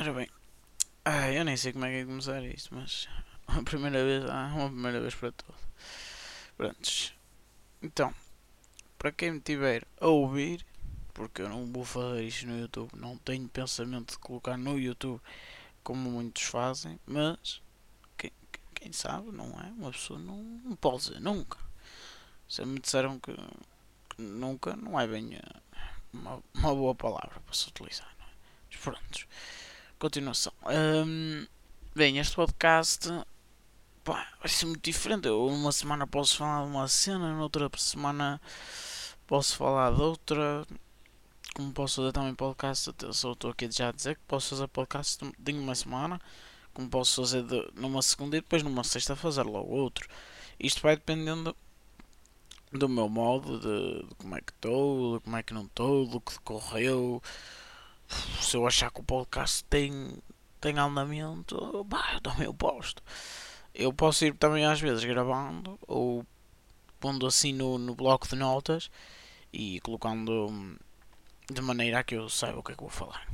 Ora bem, eu nem sei como é que é começar isto, mas a primeira vez, uma primeira vez para tudo. Prontos. Então, para quem me tiver a ouvir, porque eu não vou fazer isto no YouTube, não tenho pensamento de colocar no YouTube como muitos fazem, mas quem sabe, não é? Uma pessoa não pode dizer nunca. Se me disseram que nunca, não é bem uma boa palavra para se utilizar, não é? Mas prontos. Continuação. Bem, este podcast pá, vai ser muito diferente. Eu uma semana posso falar de uma cena, noutra semana posso falar de outra. Como posso fazer também podcast, eu só estou aqui já a dizer que posso fazer podcast de uma semana, como posso fazer numa segunda e depois numa sexta fazer logo outro. Isto vai dependendo do meu modo, de como é que estou, de como é que não estou, do que decorreu. Se eu achar que o podcast tem andamento, bah, eu também eu posto. Eu posso ir também às vezes gravando ou pondo assim no bloco de notas e colocando de maneira a que eu saiba o que é que vou falar.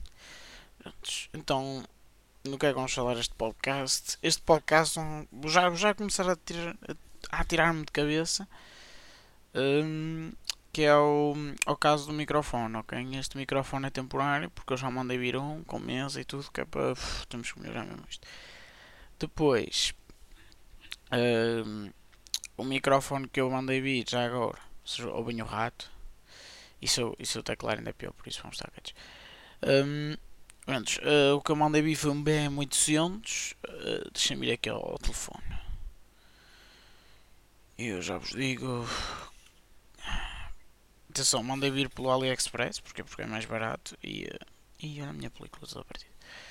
Então, no que é que vamos falar este podcast? Este podcast já começar a tirar-me de cabeça, que é o caso do microfone, ok? Este microfone é temporário porque eu já mandei vir um com mesa e tudo, que é para temos que melhorar mesmo isto. Depois, o microfone que eu mandei vir já agora, ou bem o rato, isso o teclado ainda é pior, por isso vamos estar quietos. Antes, o que eu mandei vir foi um BM800. Deixa-me ir aqui ao telefone. E eu já vos digo. Atenção, mandei vir pelo AliExpress porque é mais barato e a minha película toda partida.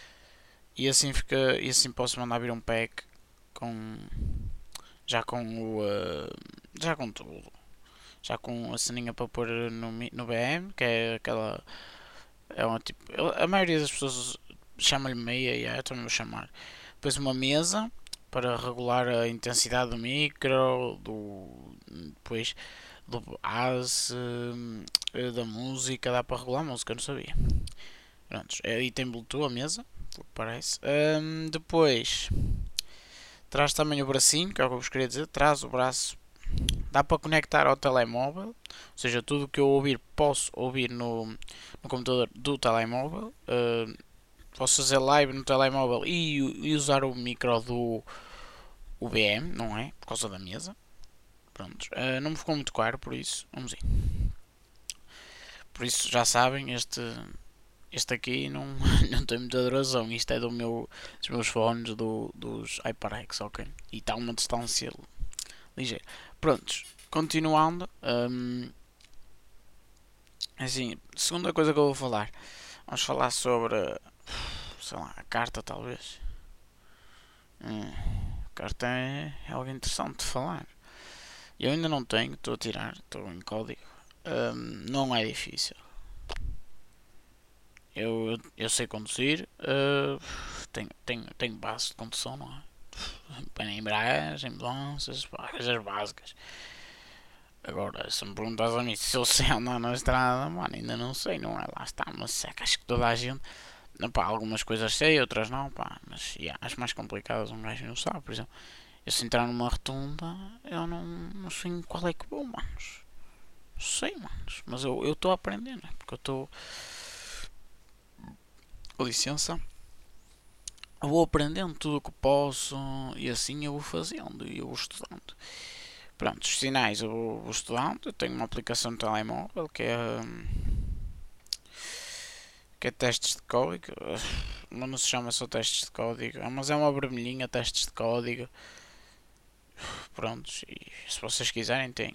E assim posso mandar vir um pack com já com o já com tudo. Já com a ceninha para pôr no BM, que é aquela. É uma tipo. A maioria das pessoas chama-lhe meia e eu também vou chamar. Depois uma mesa para regular a intensidade do micro, depois do base, da música, dá para regular a música, não sabia. Prontos, e tem Bluetooth a mesa, pelo que parece. Depois traz também o bracinho, que é o que eu vos queria dizer, traz o braço. Dá para conectar ao telemóvel, ou seja, tudo o que eu ouvir posso ouvir no computador do telemóvel. Posso fazer live no telemóvel e usar o micro do UBM, não é? Por causa da mesa. Pronto. Não me ficou muito caro, por isso. Vamos ir. Por isso, já sabem, este aqui não, não tem muita duração. Isto é dos meus fones dos HyperX, ok? E está a uma distância ligeira. Prontos. Continuando. Assim, segunda coisa que eu vou falar. Vamos falar sobre, sei lá, a carta talvez. A carta é algo interessante de falar. Eu ainda não tenho, estou a tirar, estou em código. Não é difícil. Eu sei conduzir, tenho base de condução, não é? Para embreagem, mudanças, coisas básicas. Agora, se me perguntas a mim se eu sei andar na estrada, mano, ainda não sei, não é? Lá está, mas é que acho que toda a gente. Pá, algumas coisas sei, outras não, pá, mas yeah, as mais complicadas um gajo não sabe, por exemplo. Eu se entrar numa rotunda, eu não sei em qual é que vou, manos. Não sei, manos. Mas eu estou a aprender, né? Porque eu estou. Com licença. Eu vou aprendendo tudo o que posso e assim eu vou fazendo e eu vou estudando. Pronto, os sinais eu vou estudando. Eu tenho uma aplicação no telemóvel que é testes de código. Mas não se chama só testes de código, mas é uma vermelhinha testes de código. Prontos, e se vocês quiserem, tem.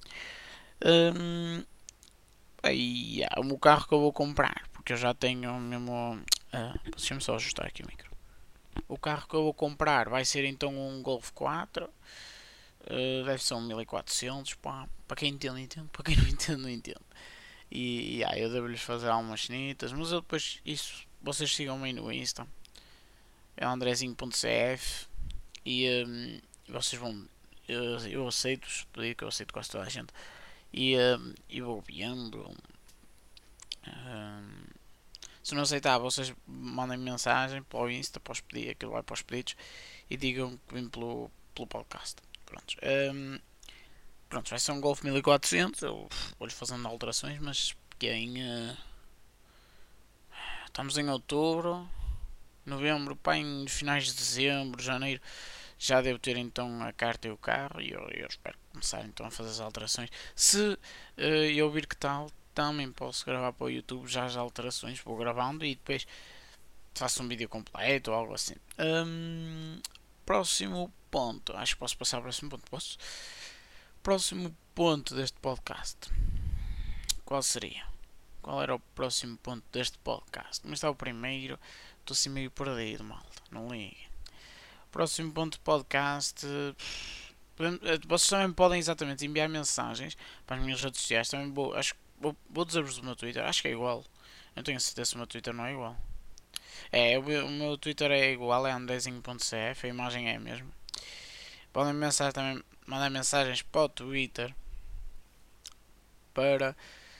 Aí, o carro que eu vou comprar, porque eu já tenho mesmo. Deixa-me só ajustar aqui o micro. O carro que eu vou comprar vai ser então um Golf 4. Deve ser um 1400. Pá. Para quem entende, entende. Para quem não entende, não entende. E eu devo-lhes fazer algumas cenitas. Mas eu depois, isso, vocês sigam-me aí no Insta. É andrezinho.cf. E vocês vão. Eu aceito os pedidos, que eu aceito quase toda a gente. E vou vendo. Se não aceitar, vocês mandem mensagem para o Insta, para os pedidos, aquilo vai para os pedidos, e digam que vim pelo podcast. Prontos. Pronto, vai ser um Golf 1400. Eu vou-lhe fazendo alterações, mas que estamos em outubro, novembro, pá, em finais de dezembro, janeiro, já devo ter então a carta e o carro. E eu espero começar então a fazer as alterações. Se eu vir que tal, também posso gravar para o YouTube já as alterações, vou gravando e depois faço um vídeo completo ou algo assim. Próximo ponto, acho que posso passar ao próximo ponto. Posso? Próximo ponto deste podcast, qual seria? Qual era o próximo ponto deste podcast? Como está o primeiro, estou assim meio perdido, malta, não ligue. Próximo ponto do podcast, vocês também podem exatamente enviar mensagens para as minhas redes sociais. Também vou dizer-vos o meu Twitter, acho que é igual. Eu tenho certeza que o meu Twitter não é igual. O meu Twitter é igual, é andezinho.cf, a imagem é a mesma. Podem também mandar mensagens para o Twitter para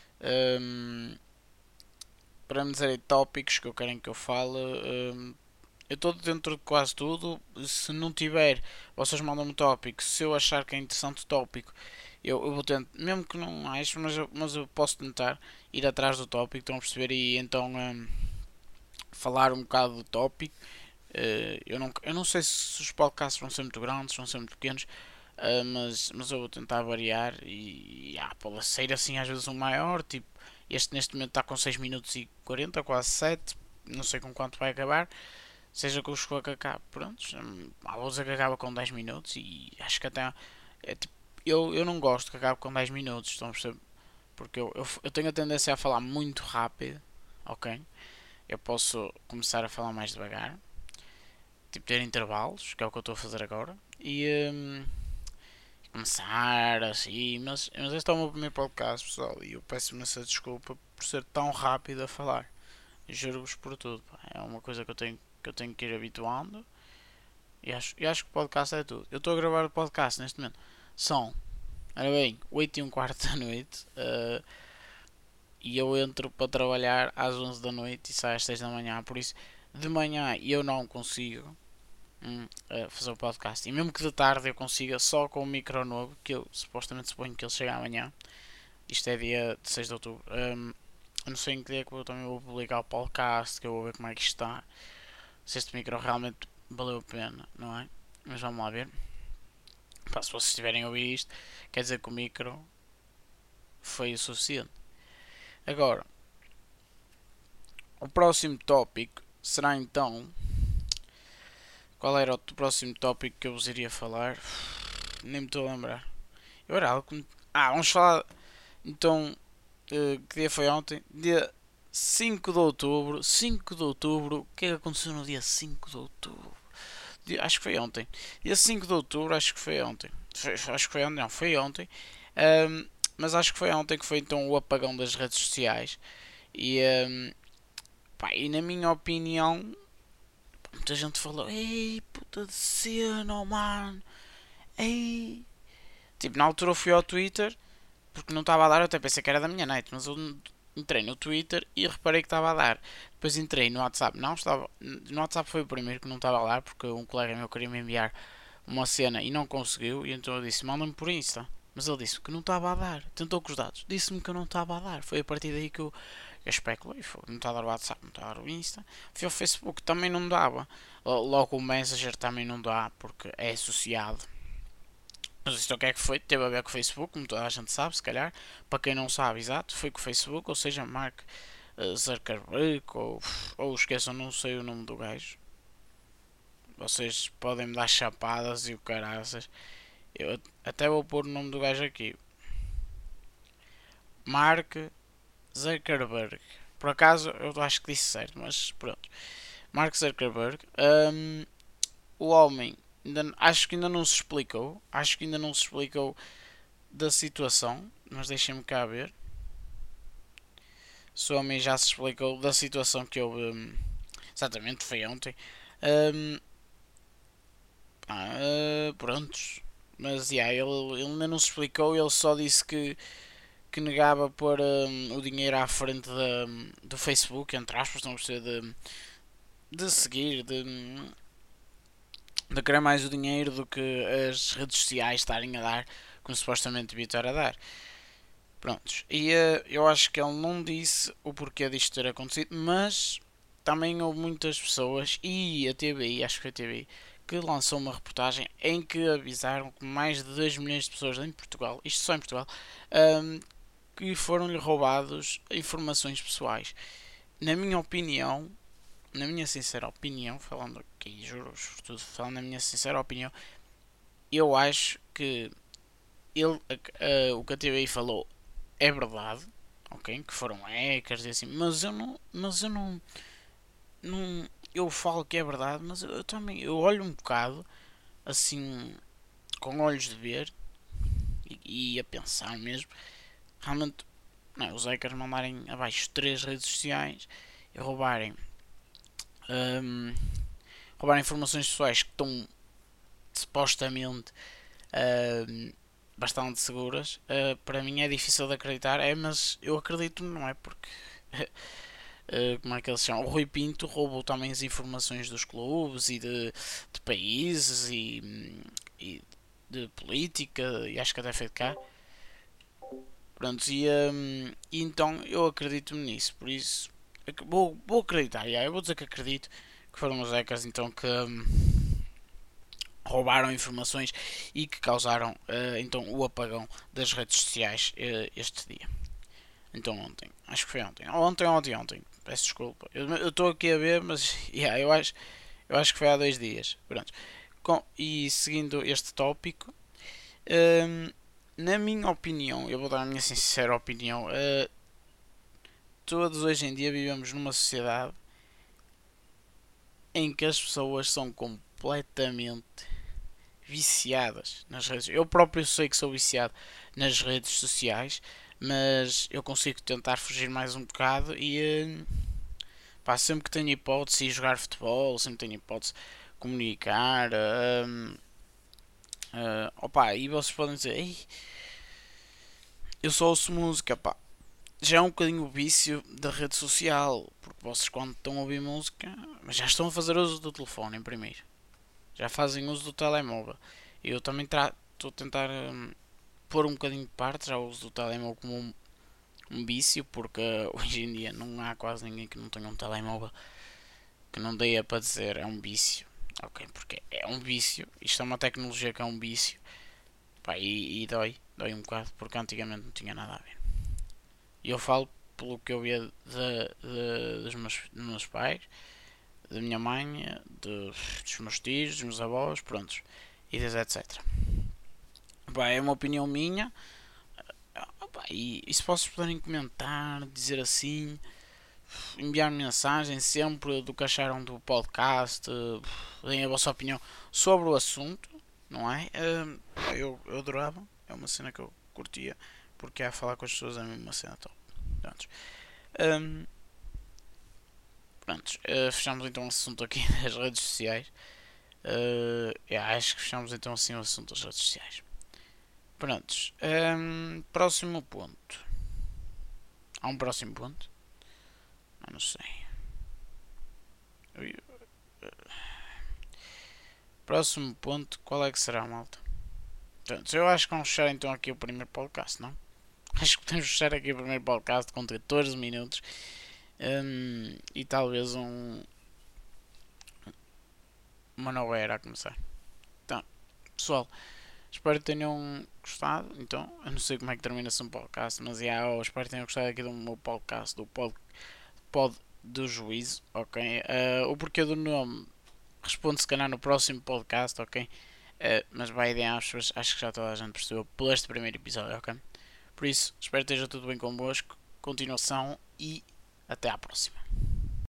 para me dizerem tópicos que eu querem que eu fale. Eu estou dentro de quase tudo. Se não tiver, vocês mandam-me tópico. Se eu achar que é interessante o tópico, eu vou tentar, mesmo que não acho, mas eu posso tentar ir atrás do tópico. Estão a perceber? E então falar um bocado do tópico. Eu não sei se os podcasts vão ser muito grandes, vão ser muito pequenos, mas eu vou tentar variar e pode ser assim às vezes um maior, tipo este neste momento está com 6 minutos e 40, quase 7, não sei com quanto vai acabar, seja com os que acabe, pronto, vou dizer que acaba com 10 minutos e acho que até tipo, eu não gosto que acabe com 10 minutos, estão a perceber? Porque eu tenho a tendência a falar muito rápido, ok? Eu posso começar a falar mais devagar, tipo ter intervalos, que é o que eu estou a fazer agora, e começar assim, mas este é o meu primeiro podcast, pessoal, e eu peço imensa desculpa por ser tão rápido a falar. Juro-vos por tudo, pá. É uma coisa que eu tenho que ir habituando. E acho que o podcast é tudo. Eu estou a gravar o podcast neste momento. São, olha bem, 8 e um quarto da noite. E eu entro para trabalhar às 11 da noite e saio às 6 da manhã. Por isso, de manhã eu não consigo fazer o podcast. E mesmo que de tarde eu consiga só com o micro novo, que eu supostamente suponho que ele chega amanhã. Isto é dia 6 de outubro. Eu não sei em que dia que eu também vou publicar o podcast, que eu vou ver como é que está. Se este micro realmente valeu a pena, não é? Mas vamos lá ver. Pá, se vocês estiverem a ouvir isto, quer dizer que o micro foi o suficiente. Agora, o próximo tópico será então. Qual era o próximo tópico que eu vos iria falar? Nem me estou a lembrar. Eu era algo que... vamos falar. Então, que dia foi ontem? Dia 5 de outubro. 5 de outubro. O que é que aconteceu no dia 5 de outubro? Acho que foi ontem. Dia 5 de outubro, acho que foi ontem. Acho que foi ontem, não, foi ontem. Mas acho que foi ontem que foi então o apagão das redes sociais. E, e na minha opinião, muita gente falou: ei, puta de cena, oh, mano. Ei. Tipo, na altura eu fui ao Twitter porque não estava a dar. Eu até pensei que era da minha night, mas eu entrei no Twitter e reparei que estava a dar. Depois entrei no WhatsApp, não estava. No WhatsApp foi o primeiro que não estava a dar porque um colega meu queria me enviar uma cena e não conseguiu. E então eu disse: manda-me por Insta. Mas ele disse que não estava a dar. Tentou com os dados, disse-me que eu não estava a dar. Foi a partir daí que eu especulei. Não está a dar o WhatsApp, não está a dar o Insta. Fui ao Facebook, também não dava. Logo o Messenger também não dá porque é associado. Mas isto o que é que foi? Teve a ver com o Facebook, como toda a gente sabe, se calhar. Para quem não sabe, exato, foi com o Facebook, ou seja, Mark Zuckerberg, ou esqueçam, não sei o nome do gajo. Vocês podem me dar chapadas e o caraças. Eu até vou pôr o nome do gajo aqui. Mark Zuckerberg. Por acaso, eu acho que disse certo, mas pronto. Mark Zuckerberg. O homem, acho que ainda não se explicou. Acho que ainda não se explicou da situação. Mas deixem-me cá ver. Se o homem já se explicou da situação que houve. Exatamente, foi ontem. Prontos. Mas ele ainda não se explicou. Ele só disse que que negava pôr o dinheiro à frente do Facebook, entre aspas, não precisa de seguir, de querer mais o dinheiro do que as redes sociais estarem a dar, como supostamente devia estar a dar. Prontos, e eu acho que ele não disse o porquê disto ter acontecido, mas também houve muitas pessoas, e a TVI, acho que foi a TVI, que lançou uma reportagem em que avisaram que mais de 2 milhões de pessoas em Portugal, isto só em Portugal, que foram-lhe roubados informações pessoais. Na minha opinião, na minha sincera opinião, falando aqui, juro, tudo falando na minha sincera opinião, eu acho que ele, o que a TVI falou é verdade, ok? Que foram hackers e assim, mas eu falo que é verdade, mas eu também, eu olho um bocado, assim, com olhos de ver, e a pensar mesmo, realmente, não, os hackers mandarem abaixo 3 redes sociais e hum, roubarem informações pessoais que estão supostamente hum, bastante seguras, para mim é difícil de acreditar, mas eu acredito, não é? Porque como é que eles chamam? O Rui Pinto roubou também as informações dos clubes e de países e de política, e acho que até foi de cá. Pronto, e então eu acredito nisso, por isso vou acreditar, eu vou dizer que acredito que foram os hackers então que roubaram informações e que causaram então o apagão das redes sociais este dia. Então ontem, acho que foi ontem. Ontem. Peço desculpa. Eu estou aqui a ver, mas yeah, eu acho que foi há 2 dias. Pronto. E seguindo este tópico, hum, na minha opinião, eu vou dar a minha sincera opinião, todos hoje em dia vivemos numa sociedade em que as pessoas são completamente viciadas nas redes. Eu próprio sei que sou viciado nas redes sociais, mas eu consigo tentar fugir mais um bocado e pá, sempre que tenho hipótese de jogar futebol, sempre tenho hipótese de comunicar, opa, e vocês podem dizer, ei, eu só ouço música, pá. Já é um bocadinho o vício da rede social, porque vocês quando estão a ouvir música, mas já estão a fazer uso do telefone em primeiro, já fazem uso do telemóvel. Eu também estou a tentar pôr um bocadinho de parte já o uso do telemóvel como um vício, porque hoje em dia não há quase ninguém que não tenha um telemóvel que não dê para dizer é um vício. Ok, porque é um vício, isto é uma tecnologia que é um vício. Pá, e dói um bocado, porque antigamente não tinha nada a ver. E eu falo pelo que eu via dos meus pais, da minha mãe, dos meus tios, dos meus avós, prontos, e etc. Pá, é uma opinião minha. E se vocês puderem comentar, dizer assim, enviar mensagem sempre do que acharam do podcast, deem a vossa opinião sobre o assunto, não é? Eu adorava, é uma cena que eu curtia, porque é a falar com as pessoas é mesmo uma cena top. Prontos. Um, fechamos então o assunto aqui das redes sociais. Acho que fechamos então assim o assunto das redes sociais. Prontos. Próximo ponto. Há um próximo ponto? Não sei. Próximo ponto, qual é que será, malta? Portanto, eu acho que vamos fechar então aqui o primeiro podcast, não? Acho que podemos fechar aqui o primeiro podcast com 14 minutos e talvez uma nova era a começar. Então, pessoal, espero que tenham gostado. Então, eu não sei como é que termina-se um podcast, mas espero que tenham gostado aqui do meu podcast, do pod do juízo, ok? O porquê do nome responde se calhar no próximo podcast, ok? Mas vai ideia às pessoas, acho que já toda a gente percebeu por este primeiro episódio, ok? Por isso, espero que esteja tudo bem convosco, continuação e até à próxima.